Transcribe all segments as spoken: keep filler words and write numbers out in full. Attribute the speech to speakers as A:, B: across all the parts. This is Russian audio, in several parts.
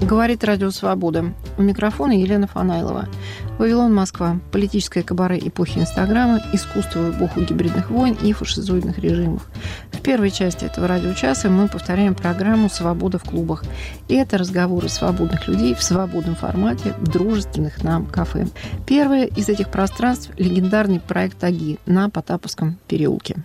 A: Говорит Радио Свобода. У микрофона Елена Фанайлова. Вавилон, Москва. Политическое кабаре эпохи Инстаграма, искусство в эпоху гибридных войн и фашизоидных режимов. В первой части этого радиочаса мы повторяем программу «Свобода в клубах». И это разговоры свободных людей в свободном формате в дружественных нам кафе. Первое из этих пространств – легендарный проект «Аги» на Потаповском переулке.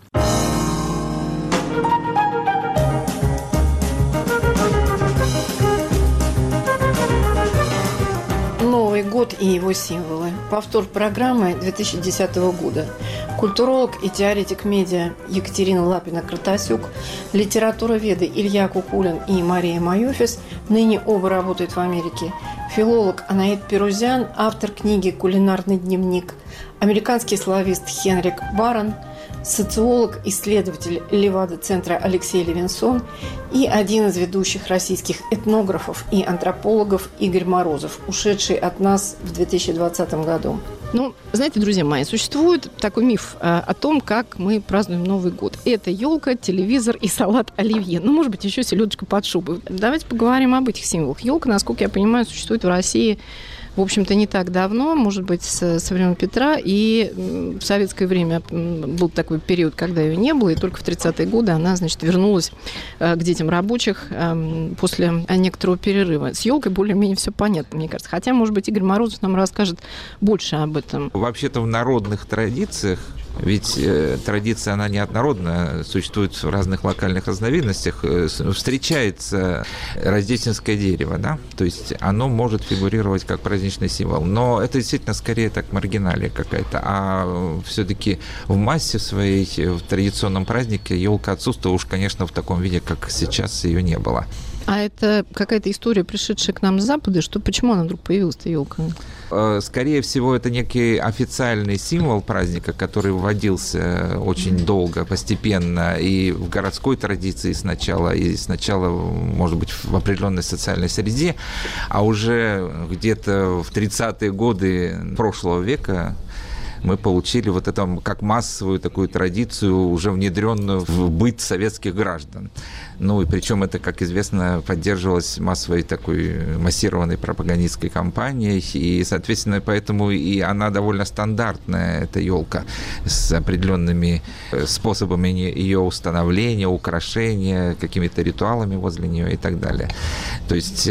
A: Новый год и его символы. Повтор программы две тысячи десятого года. Культуролог и теоретик медиа Екатерина Лапина-Кратасюк, литературоведы Илья Кукулин и Мария Майофис, ныне оба работают в Америке, филолог Анаит Перузян, автор книги «Кулинарный дневник», американский славист Хенрик Барон, социолог, исследователь Левада-центра Алексей Левинсон и один из ведущих российских этнографов и антропологов Игорь Морозов, ушедший от нас в две тысячи двадцатом году.
B: Ну, знаете, друзья мои, существует такой миф э, о том, как мы празднуем Новый год. Это елка, телевизор и салат оливье. Ну, может быть, еще селедочка под шубой. Давайте поговорим об этих символах. Елка, насколько я понимаю, существует в России, в общем-то, не так давно, может быть, со времен Петра. И в советское время был такой период, когда ее не было, и только в тридцатые годы она, значит, вернулась к детям рабочих после некоторого перерыва. С елкой более-менее все понятно, мне кажется. Хотя, может быть, Игорь Морозов нам расскажет больше об этом.
C: Вообще-то в народных традициях, ведь э, традиция, она неоднородная, существует в разных локальных разновидностях, э, встречается рождественское дерево, да, то есть оно может фигурировать как праздничный символ, но это действительно скорее так маргиналия какая-то, а все-таки в массе своей, в традиционном празднике елка отсутствует, уж, конечно, в таком виде, как сейчас ее не было.
B: А это какая-то история, пришедшая к нам с Запада, что почему она вдруг появилась-то, елка?
C: Скорее всего, это некий официальный символ праздника, который вводился очень долго, постепенно, и в городской традиции сначала, и сначала, может быть, в определенной социальной среде, а уже где-то в тридцатые годы прошлого века мы получили вот это как массовую такую традицию, уже внедренную в быт советских граждан. Ну и причем это, как известно, поддерживалось массовой такой массированной пропагандистской кампанией, и, соответственно, поэтому и она довольно стандартная, эта елка, с определенными способами ее установления, украшения, какими-то ритуалами возле нее и так далее. То есть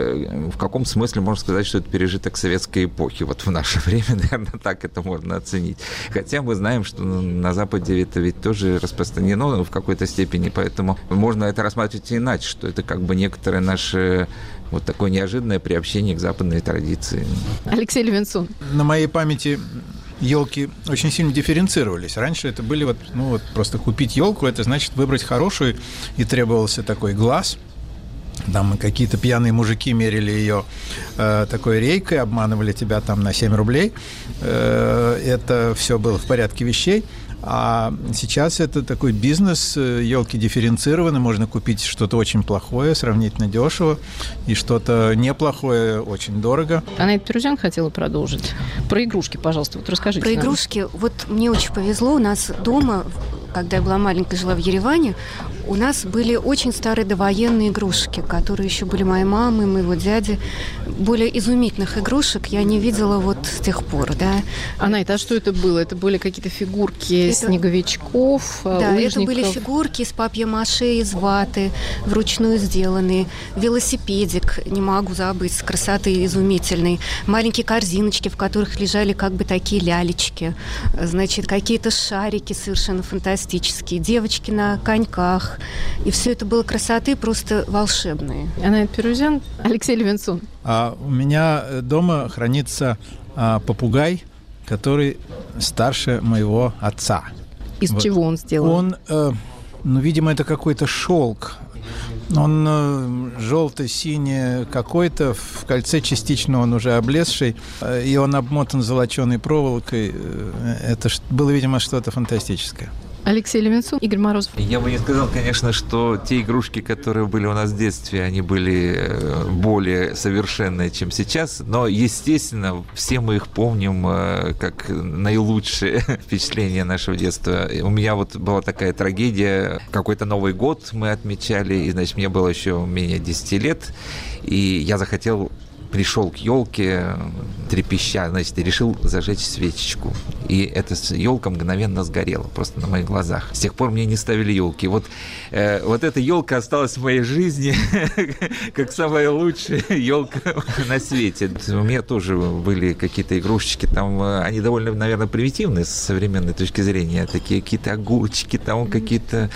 C: в каком смысле можно сказать, что это пережиток советской эпохи? Вот в наше время, наверное, так это можно оценить. Хотя мы знаем, что на Западе это ведь тоже распространено в какой-то степени, поэтому можно это рассматривать иначе, что это как бы некоторое наше вот такое неожиданное приобщение к западной традиции.
B: Алексей Левинсон.
D: На моей памяти елки очень сильно дифференцировались. Раньше это были вот, ну вот просто купить елку, это значит выбрать хорошую, и требовался такой глаз. Там какие-то пьяные мужики мерили ее э, такой рейкой, обманывали тебя там на семь рублей. Э, это все было в порядке вещей. А сейчас это такой бизнес, елки дифференцированы, можно купить что-то очень плохое, сравнительно дешево, и что-то неплохое очень дорого.
B: Анаит Перузян хотела продолжить. Про игрушки, пожалуйста, вот расскажите
E: Про
B: нам.
E: игрушки. Вот мне очень повезло, у нас дома, когда я была маленькая, жила в Ереване, у нас были очень старые довоенные игрушки, которые еще были моей мамы, моего дяди. Более изумительных игрушек я не видела вот с тех пор, да.
B: Анаит, а что это было? Это были какие-то фигурки это... снеговичков,
E: да,
B: лыжников?
E: Это были фигурки из папье-маше, из ваты, вручную сделанные. Велосипедик, не могу забыть, с красоты изумительной. Маленькие корзиночки, в которых лежали как бы такие лялечки. Значит, какие-то шарики совершенно фантастические. Девочки на коньках. И все это было красоты просто волшебные.
B: Анаит Перузян, Алексей Левинсон.
D: А у меня дома хранится а, попугай, который старше моего отца.
B: Из вот. Чего он сделан?
D: Он, э, ну, видимо, это какой-то шелк. Он э, желто-синий какой-то, в кольце частично он уже облезший, и он обмотан золоченой проволокой. Это было, видимо, что-то фантастическое.
B: Алексей Левинцов, Игорь Морозов.
C: Я бы не сказал, конечно, что те игрушки, которые были у нас в детстве, они были более совершенные, чем сейчас, но, естественно, все мы их помним как наилучшие впечатления нашего детства. У меня вот была такая трагедия, какой-то Новый год мы отмечали, и, значит, мне было еще менее десяти лет, и я захотел... пришел к елке, трепеща, значит, и решил зажечь свечечку. И эта елка мгновенно сгорела, просто на моих глазах. С тех пор мне не ставили елки. Вот, э, вот эта елка осталась в моей жизни как самая лучшая елка на свете. У меня тоже были какие-то игрушечки, там, они довольно, наверное, примитивные с современной точки зрения. Такие какие-то огурчики, там какие-то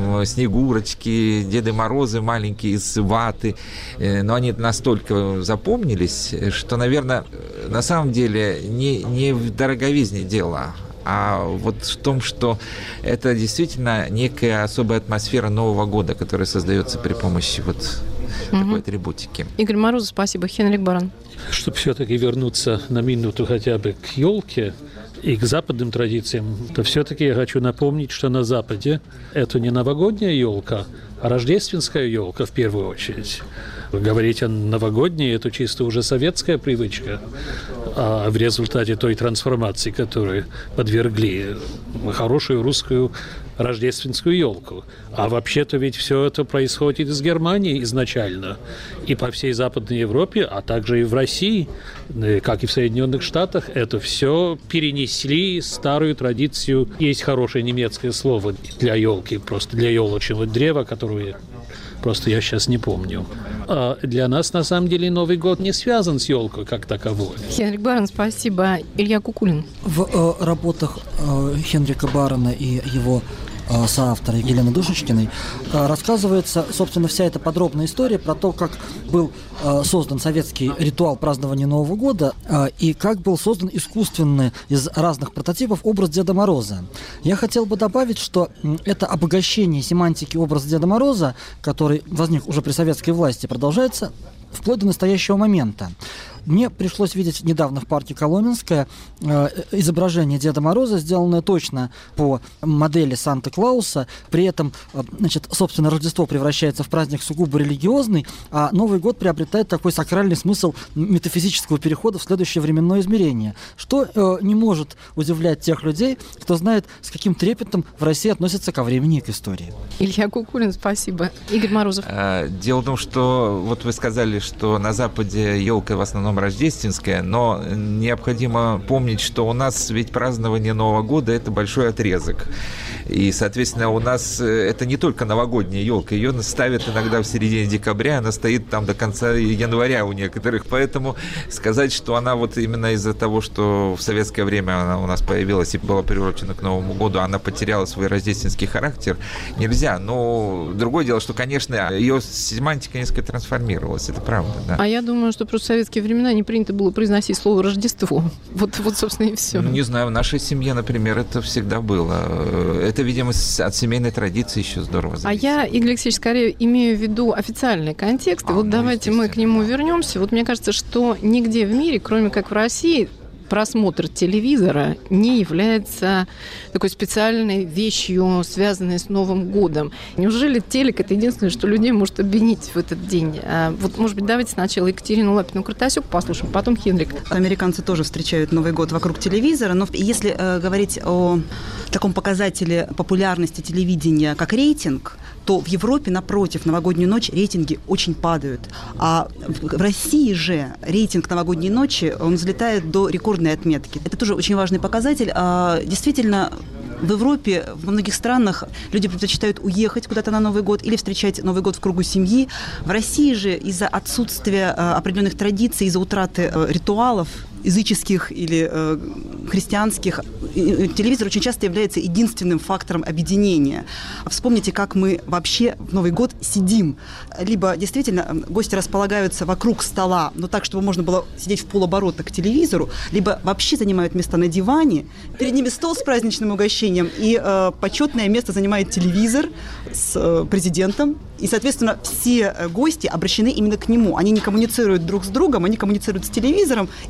C: снегурочки, Деды Морозы маленькие из ваты. Но они настолько запомнились, что, наверное, на самом деле не, не в дороговизне дело, а вот в том, что это действительно некая особая атмосфера Нового года, которая создается при помощи вот угу. такой атрибутики.
B: Игорь Морозов, спасибо. Хенрик Баран.
F: Чтобы все-таки вернуться на минуту хотя бы к елке и к западным традициям, то все-таки я хочу напомнить, что на Западе это не новогодняя елка, а рождественская елка в первую очередь. Говорить о новогодней – это чисто уже советская привычка, а в результате той трансформации, которую подвергли хорошую русскую рождественскую елку. А вообще-то ведь все это происходит из Германии изначально. И по всей Западной Европе, а также и в России, как и в Соединенных Штатах, это все перенесли старую традицию. Есть хорошее немецкое слово для елки, просто для елочного древа, которое... Просто я сейчас не помню. А для нас, на самом деле, Новый год не связан с елкой как таковой.
B: Хенрик Баран, спасибо. Илья Кукулин.
G: В э, работах э, Хенрика Барана и его э, соавтора Елены Душечкиной э, рассказывается, собственно, вся эта подробная история про то, как был э, создан советский ритуал празднования Нового года э, и как был создан искусственный из разных прототипов образ Деда Мороза. Я хотел бы добавить, что э, это обогащение семантики образа Деда Мороза, который возник уже при советской власти, продолжается вплоть до настоящего момента. Мне пришлось видеть недавно в парке Коломенское э, изображение Деда Мороза, сделанное точно по модели Санта-Клауса. При этом, э, значит, собственно, Рождество превращается в праздник сугубо религиозный, а Новый год приобретает такой сакральный смысл метафизического перехода в следующее временное измерение, что э, не может удивлять тех людей, кто знает, с каким трепетом в России относятся ко времени и к истории.
B: Илья Кукулин, спасибо. Игорь Морозов.
C: Дело в том, что вот вы сказали, что на Западе елка в основном рождественская, но необходимо помнить, что у нас ведь празднование Нового года – это большой отрезок. И, соответственно, у нас это не только новогодняя елка, ее ставят иногда в середине декабря, она стоит там до конца января у некоторых, поэтому сказать, что она вот именно из-за того, что в советское время она у нас появилась и была приурочена к Новому году, она потеряла свой рождественский характер, нельзя. Но другое дело, что, конечно, ее семантика несколько трансформировалась, это правда, да.
B: А я думаю, что просто в советские времена не принято было произносить слово «Рождество». Вот, вот собственно, и все.
C: Ну, не знаю, в нашей семье, например, это всегда было. Это, видимо, от семейной традиции еще здорово зависит.
B: А я, Игорь Алексеевич, скорее имею в виду официальный контекст. А, и вот ну, давайте мы к нему вернемся. Вот мне кажется, что нигде в мире, кроме как в России, просмотр телевизора не является такой специальной вещью, связанной с Новым годом. Неужели телек – это единственное, что людей может объединить в этот день? А вот, может быть, давайте сначала Екатерину Лапину-Кратасюк послушаем, потом Хенрик.
H: Американцы тоже встречают Новый год вокруг телевизора, но если э, говорить о таком показателе популярности телевидения, как рейтинг, то в Европе, напротив, новогоднюю ночь рейтинги очень падают. А в России же рейтинг новогодней ночи, он взлетает до рекордной отметки. Это тоже очень важный показатель. А, действительно, в Европе, во многих странах люди предпочитают уехать куда-то на Новый год или встречать Новый год в кругу семьи. В России же из-за отсутствия а, определенных традиций, из-за утраты а, ритуалов, языческих или э, христианских, телевизор очень часто является единственным фактором объединения. Вспомните, как мы вообще в Новый год сидим. Либо действительно гости располагаются вокруг стола, но так, чтобы можно было сидеть в полоборота к телевизору, либо вообще занимают место на диване, перед ними стол с праздничным угощением, и э, почетное место занимает телевизор с э, президентом, и, соответственно, все гости обращены именно к нему. Они не коммуницируют друг с другом, они коммуницируют с телевизором, и по поводу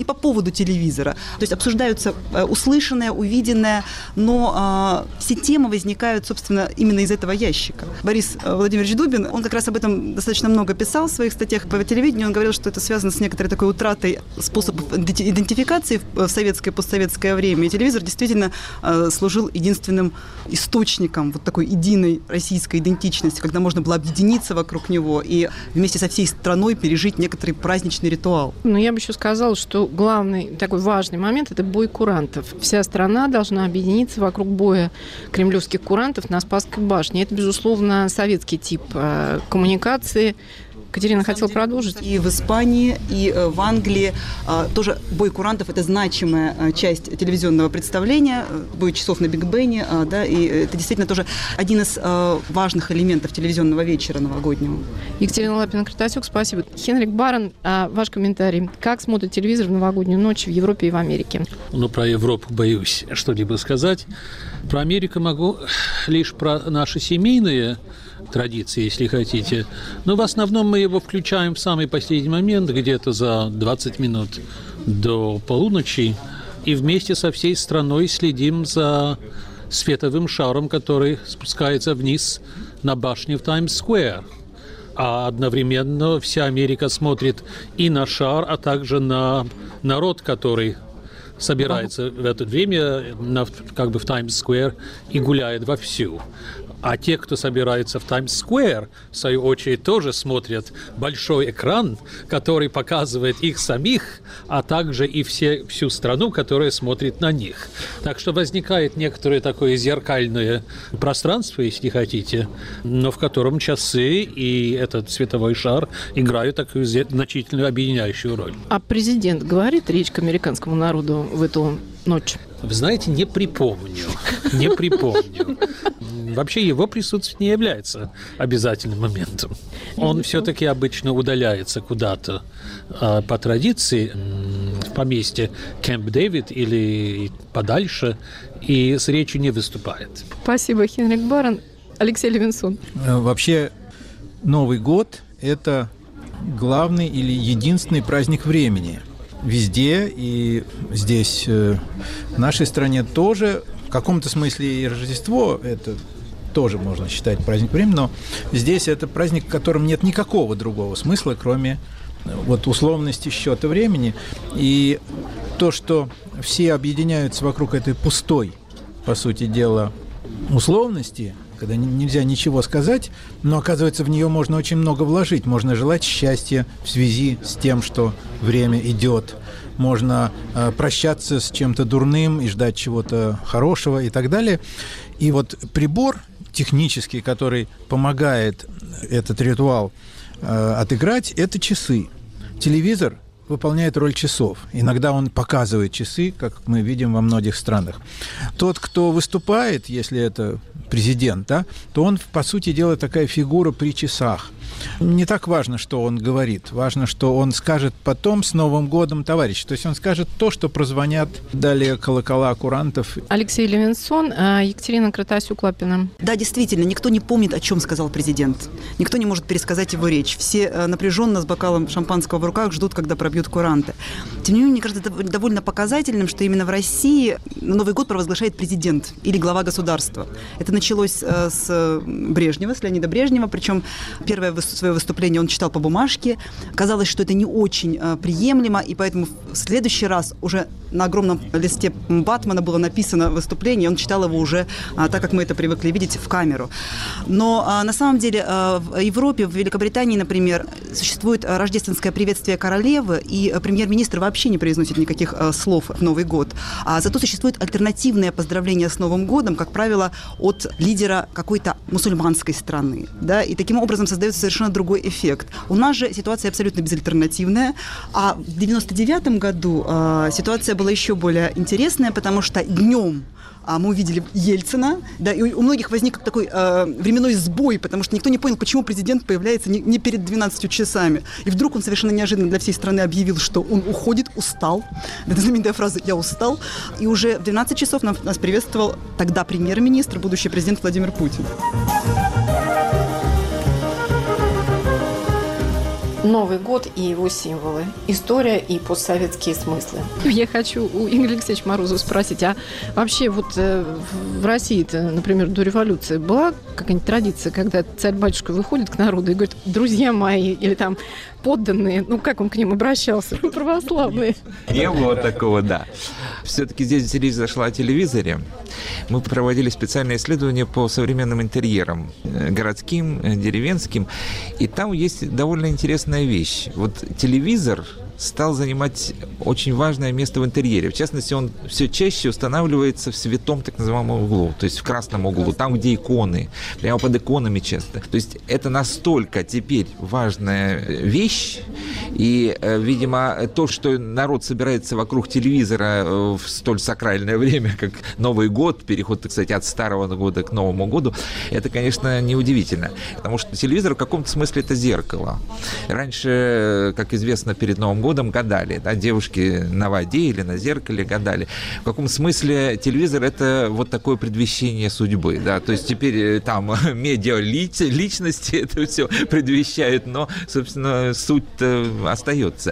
H: поводу телевизора. То есть обсуждаются услышанное, увиденное, но э, все темы возникают, собственно, именно из этого ящика. Борис Владимирович Дубин, он как раз об этом достаточно много писал в своих статьях по телевидению. Он говорил, что это связано с некоторой такой утратой способов идентификации в советское и постсоветское время. И телевизор действительно э, служил единственным источником вот такой единой российской идентичности, когда можно было объединиться вокруг него и вместе со всей страной пережить некоторый праздничный ритуал.
B: Но я бы еще сказала, что главный такой важный момент – это бой курантов. Вся страна должна объединиться вокруг боя кремлевских курантов на Спасской башне. Это, безусловно, советский тип э, коммуникации. Катерина хотела продолжить.
H: И в Испании, и в Англии тоже бой курантов – это значимая часть телевизионного представления, бой часов на Биг Бене, да, и это действительно тоже один из важных элементов телевизионного вечера новогоднего.
B: Екатерина Лапина-Кратасюк, спасибо. Хенрик Барон, ваш комментарий. Как смотрит телевизор в новогоднюю ночь в Европе и в Америке?
F: Ну, про Европу боюсь что-либо сказать. Про Америку могу лишь про наши семейные традиции, если хотите. Но в основном мы его включаем в самый последний момент, где-то за двадцать минут до полуночи, и вместе со всей страной следим за световым шаром, который спускается вниз на башне в Таймс-сквер. А одновременно вся Америка смотрит и на шар, а также на народ, который собирается в это время на, как бы в Таймс-сквер и гуляет вовсю. А те, кто собирается в Таймс-сквер, в свою очередь, тоже смотрят большой экран, который показывает их самих, а также и все, всю страну, которая смотрит на них. Так что возникает некоторое такое зеркальное пространство, если хотите, но в котором часы и этот световой шар играют такую значительную объединяющую роль.
B: А президент говорит речь к американскому народу в эту ночь?
F: Вы знаете, не припомню. Не припомню. Вообще его присутствие не является обязательным моментом. Он все-таки обычно удаляется куда-то э, по традиции в поместье Кэмп-Дэвид или подальше и с речью не выступает.
B: Спасибо, Хенрик Барон. Алексей Левинсон.
D: Вообще Новый год – это главный или единственный праздник времени. Везде, и здесь, в нашей стране тоже, в каком-то смысле и Рождество – это тоже можно считать праздник времени, но здесь это праздник, в котором нет никакого другого смысла, кроме вот условности счета времени. И то, что все объединяются вокруг этой пустой, по сути дела, условности, когда нельзя ничего сказать, но, оказывается, в нее можно очень много вложить. Можно желать счастья в связи с тем, что время идет. Можно э, прощаться с чем-то дурным и ждать чего-то хорошего и так далее. И вот прибор технический, который помогает этот ритуал э, отыграть, это часы. Телевизор выполняет роль часов. Иногда он показывает часы, как мы видим во многих странах. Тот, кто выступает, если это президент, да, то он, по сути дела, такая фигура при часах. Не так важно, что он говорит. Важно, что он скажет потом с Новым годом, товарищи. То есть он скажет то, что прозвонят далее колокола курантов.
B: Алексей Левинсон, Екатерина Кратасюк-Лапина.
H: Да, действительно, никто не помнит, о чем сказал президент. Никто не может пересказать его речь. Все напряженно с бокалом шампанского в руках ждут, когда пробьют куранты. Тем не менее, мне кажется, это довольно показательным, что именно в России Новый год провозглашает президент или глава государства. Это началось с Брежнева, с Леонида Брежнева, причем первое свое выступление он читал по бумажке. Казалось, что это не очень э, приемлемо, и поэтому в следующий раз уже на огромном листе батмана было написано выступление, и он читал его уже э, так, как мы это привыкли видеть, в камеру. Но э, на самом деле э, в Европе, в Великобритании, например, существует рождественское приветствие королевы, и премьер-министр вообще не произносит никаких э, слов в Новый год. А зато существует альтернативное поздравление с Новым годом, как правило, от лидера какой-то мусульманской страны. Да? И таким образом создается совершенно другой эффект. У нас же ситуация абсолютно безальтернативная, а в девяносто девятом году э, ситуация была еще более интересная, потому что днем а мы увидели Ельцина, да, и у многих возник такой э, временной сбой, потому что никто не понял, почему президент появляется не, не перед двенадцатью часами. И вдруг он совершенно неожиданно для всей страны объявил, что он уходит, устал. Это знаменитая фраза «я устал». И уже в двенадцать часов нас, нас приветствовал тогда премьер-министр, будущий президент Владимир Путин.
A: Новый год и его символы. История и постсоветские смыслы.
B: Я хочу у Игоря Алексеевича Морозова спросить, а вообще вот э, в России-то, например, до революции была какая-нибудь традиция, когда царь-батюшка выходит к народу и говорит: друзья мои, или там подданные, ну как он к ним обращался, православные?
C: Не было такого, да. Все-таки здесь речь зашла о телевизоре. Мы проводили специальные исследования по современным интерьерам, городским, деревенским, и там есть довольно интересная вещь. Вот телевизор стал занимать очень важное место в интерьере. В частности, он все чаще устанавливается в святом так называемом углу, то есть в красном углу, там, где иконы, прямо под иконами часто. То есть это настолько теперь важная вещь, и, видимо, то, что народ собирается вокруг телевизора в столь сакральное время, как Новый год, переход, так сказать, от Старого года к Новому году, это, конечно, неудивительно. Потому что телевизор в каком-то смысле это зеркало. Раньше, как известно, перед Новым годом годом гадали, да, девушки на воде или на зеркале гадали. В каком смысле телевизор — это вот такое предвещение судьбы, да, то есть теперь там медиа личности это все предвещают, но, собственно, суть-то остается.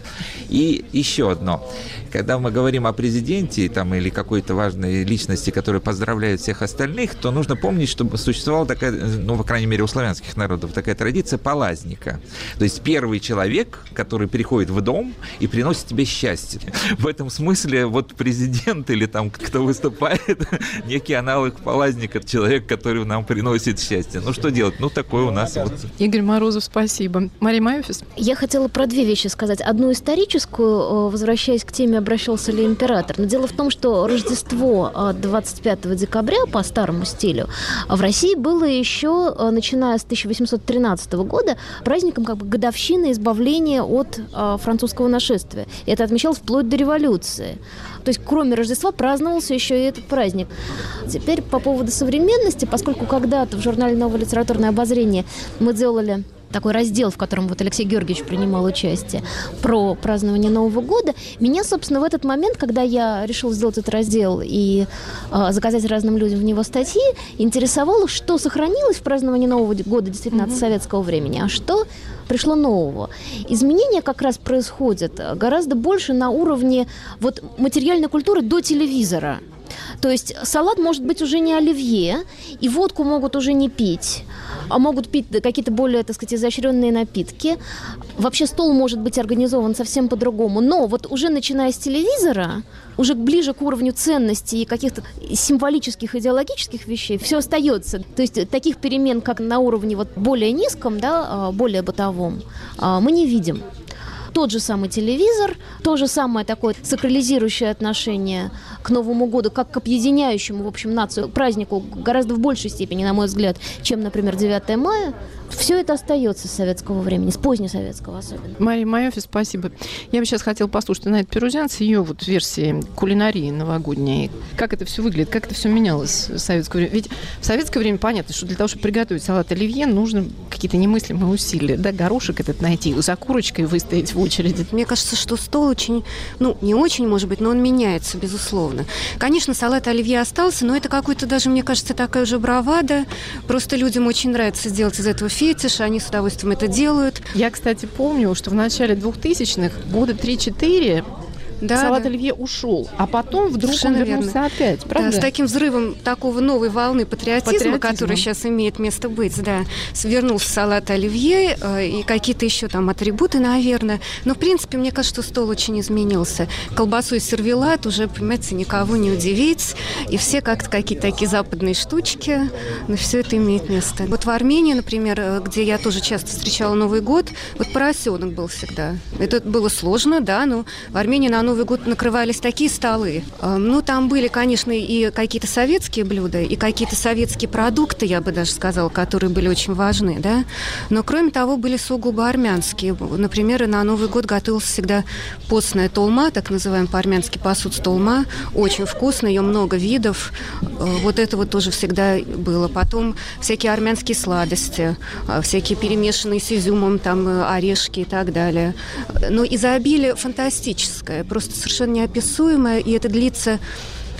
C: И еще одно. Когда мы говорим о президенте там, или какой-то важной личности, которая поздравляет всех остальных, то нужно помнить, что существовала такая, ну, по крайней мере, у славянских народов, такая традиция палазника. То есть первый человек, который приходит в дом и приносит тебе счастье. В этом смысле вот президент или там кто выступает, некий аналог палазника, человек, который нам приносит счастье. Ну, что делать? Ну, такое у нас вот.
B: Игорь Морозов, спасибо. Мария Майофис?
I: Я хотела про две вещи сказать. Одну историческую, возвращаясь к теме, обращался ли император. Но дело в том, что Рождество двадцать пятого декабря по старому стилю в России было еще, начиная с тысяча восемьсот тринадцатого года, праздником как бы годовщины избавления от французского нашествия. И это отмечалось вплоть до революции. То есть, кроме Рождества, праздновался еще и этот праздник. Теперь по поводу современности, поскольку когда-то в журнале «Новое литературное обозрение» мы делали такой раздел, в котором вот Алексей Георгиевич принимал участие, про празднование Нового года. Меня, собственно, в этот момент, когда я решила сделать этот раздел и э, заказать разным людям в него статьи, интересовало, что сохранилось в праздновании Нового года действительно mm-hmm. от советского времени, а что пришло нового. Изменения как раз происходят гораздо больше на уровне вот, материальной культуры до телевизора. То есть салат может быть уже не оливье, и водку могут уже не пить, а могут пить какие-то более, так сказать, изощренные напитки. Вообще стол может быть организован совсем по-другому. Но вот уже начиная с телевизора, уже ближе к уровню ценностей и каких-то символических, идеологических вещей, все остается. То есть таких перемен, как на уровне вот более низком, да, более бытовом, мы не видим. Тот же самый телевизор, то же самое такое сакрализирующее отношение к Новому году, как к объединяющему, в общем, нацию празднику гораздо в большей степени, на мой взгляд, чем, например, девятое мая. Все это остается с советского времени, с позднесоветского особенно.
B: Мария Майофис, спасибо. Я бы сейчас хотела послушать Надю Перузян с ее вот версии кулинарии новогодней. Как это все выглядит, как это все менялось в советское время. Ведь в советское время понятно, что для того, чтобы приготовить салат оливье, нужно какие-то немыслимые усилия. Да, горошек этот найти, за курочкой выстоять в очереди.
E: Мне кажется, что стол очень, ну, не очень, может быть, но он меняется, безусловно. Конечно, салат оливье остался, но это какой-то даже, мне кажется, такая уже бравада. Просто людям очень нравится сделать из этого фетиш, они с удовольствием это делают.
B: Я, кстати, помню, что в начале двухтысячных, года три-четыре, да, салат да. оливье ушел, а потом вдруг Совершенно он вернулся верно. опять, правда?
E: Да, с таким взрывом такого новой волны патриотизма, Патриотизм. который сейчас имеет место быть, да, вернулся салат оливье э, и какие-то еще там атрибуты, наверное. Но, в принципе, мне кажется, что стол очень изменился. Колбасу и сервелат уже, понимаете, никого не удивить, и все как-то какие-то такие западные штучки, но все это имеет место. Вот в Армении, например, где я тоже часто встречала Новый год, вот поросенок был всегда. Это было сложно, да, но в Армении на Новый год накрывались такие столы. Ну, там были, конечно, и какие-то советские блюда, и какие-то советские продукты, я бы даже сказала, которые были очень важны, да. Но, кроме того, были сугубо армянские. Например, на Новый год готовился всегда постная толма, так называемый по-армянски пасуц толма. Очень вкусно, ее много видов. Вот это вот тоже всегда было. Потом всякие армянские сладости, всякие перемешанные с изюмом, там, орешки и так далее. Но изобилие фантастическое, просто совершенно неописуемое, и это длится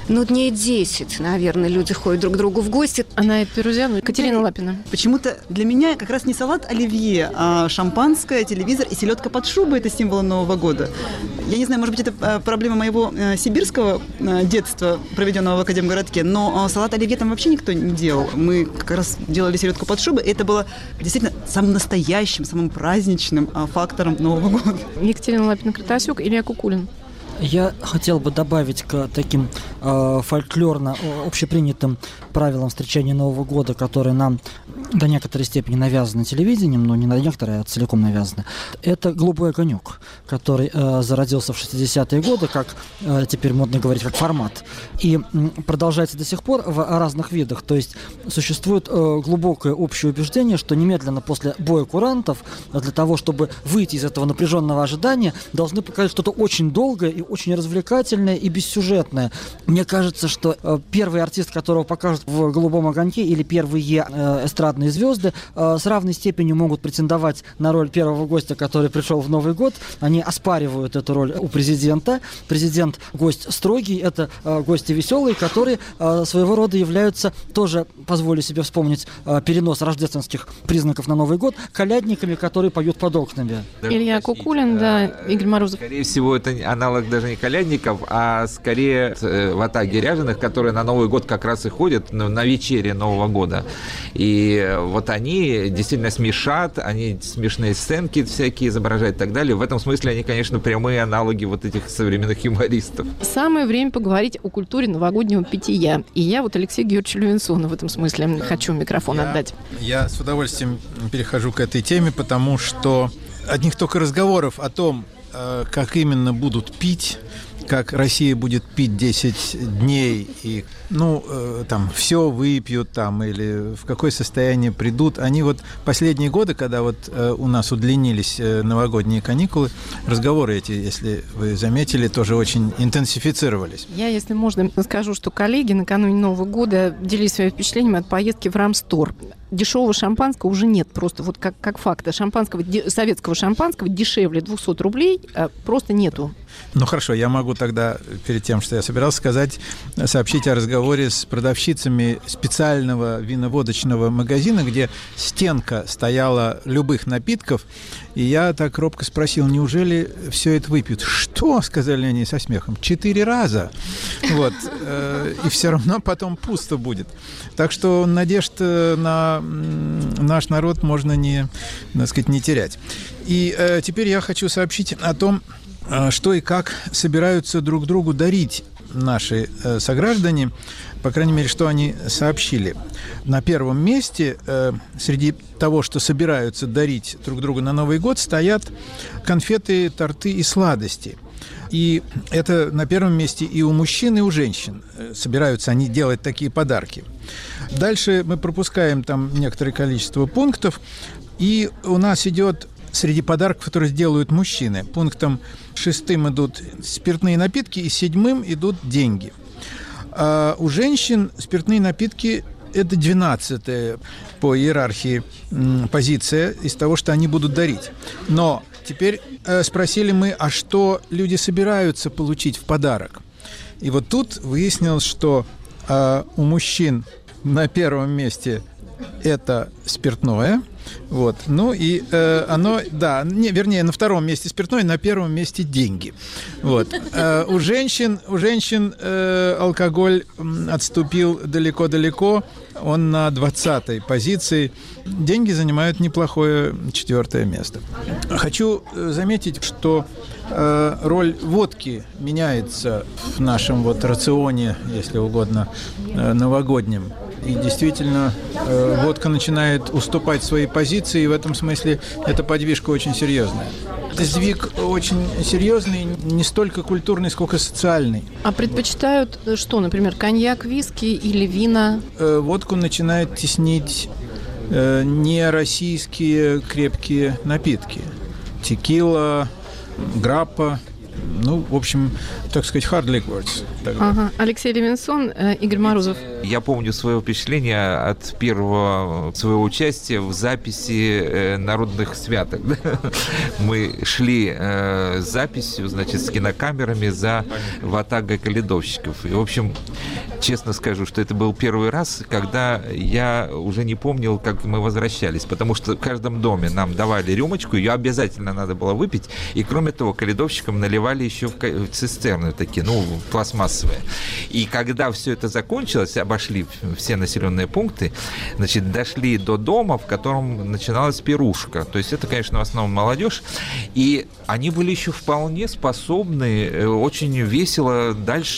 E: Ну, дней десять, наверное, люди ходят друг к другу в гости.
B: Анаит Перузян, Екатерина Лапина.
H: Почему-то для меня как раз не салат оливье, а шампанское, телевизор и селедка под шубой – это символы Нового года. Я не знаю, может быть, это проблема моего сибирского детства, проведенного в Академгородке, но салат оливье там вообще никто не делал. Мы как раз делали селедку под шубой, и это было действительно самым настоящим, самым праздничным фактором Нового года.
B: Екатерина Лапина-Кратасюк, Илья Кукулин.
G: Я хотел бы добавить к таким э, фольклорно общепринятым правилам встречания Нового года, которые нам до некоторой степени навязаны телевидением, но не на некоторые, а целиком навязаны. Это «Голубой огонек», который э, зародился в шестидесятые годы, как э, теперь модно говорить, как формат, и э, продолжается до сих пор в разных видах. То есть существует э, глубокое общее убеждение, что немедленно после боя курантов для того, чтобы выйти из этого напряженного ожидания, должны показать что-то очень долгое и очень развлекательное и бессюжетное. Мне кажется, что э, первый артист, которого покажут в «Голубом огоньке», или первые э, эстрадные звезды э, с равной степенью могут претендовать на роль первого гостя, который пришел в Новый год. Они оспаривают эту роль у президента. Президент – гость строгий, это э, гости веселые, которые э, своего рода являются, тоже, позволю себе вспомнить, э, перенос рождественских признаков на Новый год, колядниками, которые поют под окнами.
B: Илья Кукулин, да, Игорь Морозов.
C: Скорее всего, это аналог даже не колядников, а скорее ватаги ряженых, которые на Новый год как раз и ходят на вечере Нового года. И вот они действительно смешат, они смешные сценки всякие изображают и так далее. В этом смысле они, конечно, прямые аналоги вот этих современных юмористов.
B: Самое время поговорить о культуре новогоднего питья. И я вот Алексею Георгиевичу Левинсону в этом смысле хочу микрофон
D: я,
B: отдать.
D: Я с удовольствием перехожу к этой теме, потому что одних только разговоров о том, как именно будут пить, как Россия будет пить десять дней, и, ну, э, там, все выпьют, там, или в какое состояние придут. Они вот последние годы, когда вот э, у нас удлинились э, новогодние каникулы, разговоры эти, если вы заметили, тоже очень интенсифицировались.
B: Я, если можно, скажу, что коллеги накануне Нового года делились своими впечатлениями от поездки в Рамстор. Дешевого шампанского уже нет, просто вот как, как факт. Шампанского, советского шампанского дешевле двухсот рублей просто нету.
D: Ну хорошо, я могу тогда, перед тем, что я собирался сказать, сообщить о разговоре с продавщицами специального виноводочного магазина, где стенка стояла любых напитков, и я так робко спросил, неужели все это выпьют? Что, сказали они со смехом, четыре раза. Вот. И все равно потом пусто будет. Так что надежд на наш народ можно не, так сказать, не терять. И э, теперь я хочу сообщить о том, что и как собираются друг другу дарить наши э, сограждане, по крайней мере, что они сообщили. На первом месте э, среди того, что собираются дарить друг другу на Новый год, стоят конфеты, торты и сладости. И это на первом месте и у мужчин, и у женщин. Собираются они делать такие подарки. Дальше мы пропускаем там некоторое количество пунктов, и у нас идет среди подарков, которые делают мужчины. Пунктом шестым идут спиртные напитки, и седьмым идут деньги. А у женщин спиртные напитки – это двенадцатая по иерархии позиция из того, что они будут дарить. Но теперь э, спросили мы, а что люди собираются получить в подарок? И вот тут выяснилось, что э, у мужчин на первом месте это спиртное. Вот. Ну и э, оно, да, не, вернее, на втором месте спиртное, на первом месте деньги. Вот. Э, у женщин, у женщин э, алкоголь отступил далеко-далеко, он на двадцатой позиции. Деньги занимают неплохое четвертое место. Хочу заметить, что э, роль водки меняется в нашем вот рационе, если угодно, э, новогоднем. И действительно, э, водка начинает уступать свои позиции, и в этом смысле эта подвижка очень серьезная. Сдвиг очень серьезный, не столько культурный, сколько социальный.
B: А предпочитают что, например, коньяк, виски или вина?
D: Э, водку начинают теснить э, не российские крепкие напитки. Текила, граппа. ну, в общем, так сказать, hard liquids.
B: Ага. Алексей Левинсон, Игорь Морозов.
C: Я помню свое впечатление от первого своего участия в записи народных святок. Мы шли с записью, значит, с кинокамерами за ватагой каледовщиков. И, в общем, честно скажу, что это был первый раз, когда я уже не помнил, как мы возвращались, потому что в каждом доме нам давали рюмочку, ее обязательно надо было выпить, и, кроме того, каледовщикам наливали еще в цистерны такие, ну, пластмассовые. И когда все это закончилось, обошли все населенные пункты, значит, дошли до дома, в котором начиналась пирушка. То есть это, конечно, в основном молодежь, и они были еще вполне способны очень весело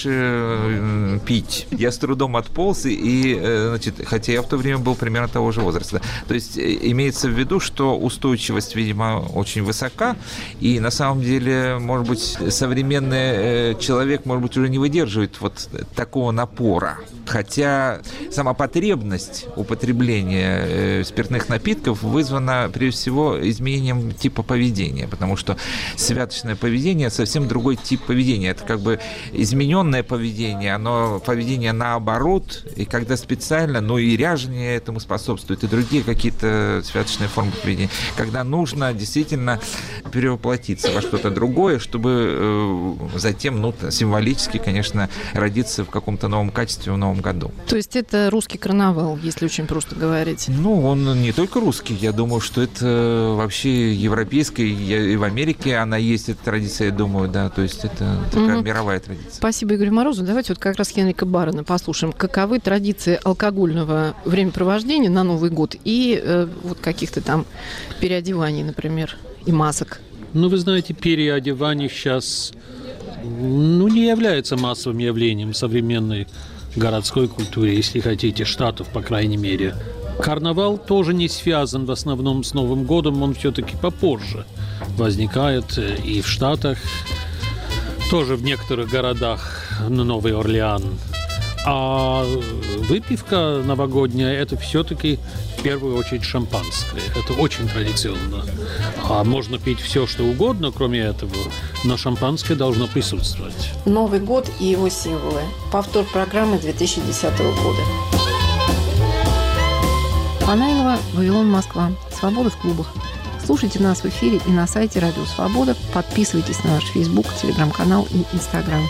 C: дальше пить. Я с трудом отполз, и, значит, хотя я в то время был примерно того же возраста. То есть имеется в виду, что устойчивость, видимо, очень высока, и на самом деле, может быть, современный человек, может быть, уже не выдерживает вот такого напора. Хотя сама потребность употребления спиртных напитков вызвана, прежде всего, изменением типа поведения, потому что святочное поведение совсем другой тип поведения. Это как бы измененное поведение, оно поведение наоборот, и когда специально, ну и ряжение этому способствует, и другие какие-то святочные формы поведения, когда нужно действительно перевоплотиться во что-то другое, чтобы э, затем, ну, символически, конечно, родиться в каком-то новом качестве в новом году.
B: То есть это русский карнавал, если очень просто говорить?
C: Ну, он не только русский, я думаю, что это вообще европейская, и в Америке она есть, эта традиция, я думаю, да, то есть это такая угу. мировая традиция.
B: Спасибо, Игорь Морозов. Давайте вот как раз Хенрика Барона послушаем. Каковы традиции алкогольного времяпровождения на Новый год и э, вот каких-то там переодеваний, например, и масок?
F: Ну, вы знаете, переодевание сейчас, ну, не является массовым явлением современной городской культуры, если хотите, штатов, по крайней мере. Карнавал тоже не связан в основном с Новым годом, он все-таки попозже возникает и в Штатах, тоже в некоторых городах, Новый Орлеан. А выпивка новогодняя – это все-таки в первую очередь шампанское. Это очень традиционно. А можно пить все, что угодно, кроме этого, но шампанское должно присутствовать.
A: Новый год и его символы. Повтор программы две тысячи десятого года.
B: Панайлова, Вавилон, Москва. Свобода в клубах. Слушайте нас в эфире и на сайте Радио Свобода. Подписывайтесь на наш Фейсбук, Телеграм-канал и Инстаграм.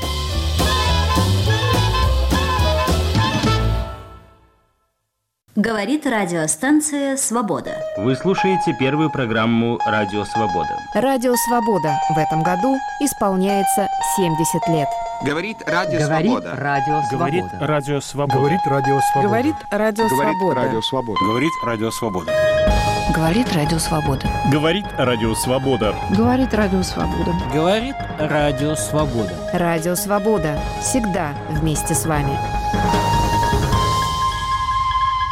J: Говорит радиостанция «Свобода».
K: Вы слушаете первую программу «Радио Свобода».
L: Радио «Свобода» в этом году исполняется семьдесят лет.
M: Говорит Радио
N: Говорит
M: Свобода.
N: Радио
O: Говорит
N: Свобода.
O: Радио Свобода.
P: Говорит Радио Свобода.
L: Говорит Радио Свобода.
O: Говорит Радио Свобода.
L: Говорит Радио Свобода.
O: Говорит Радио Свобода.
B: Говорит Радио Свобода.
N: Говорит Радио Свобода.
L: Радио Свобода. Всегда вместе с вами.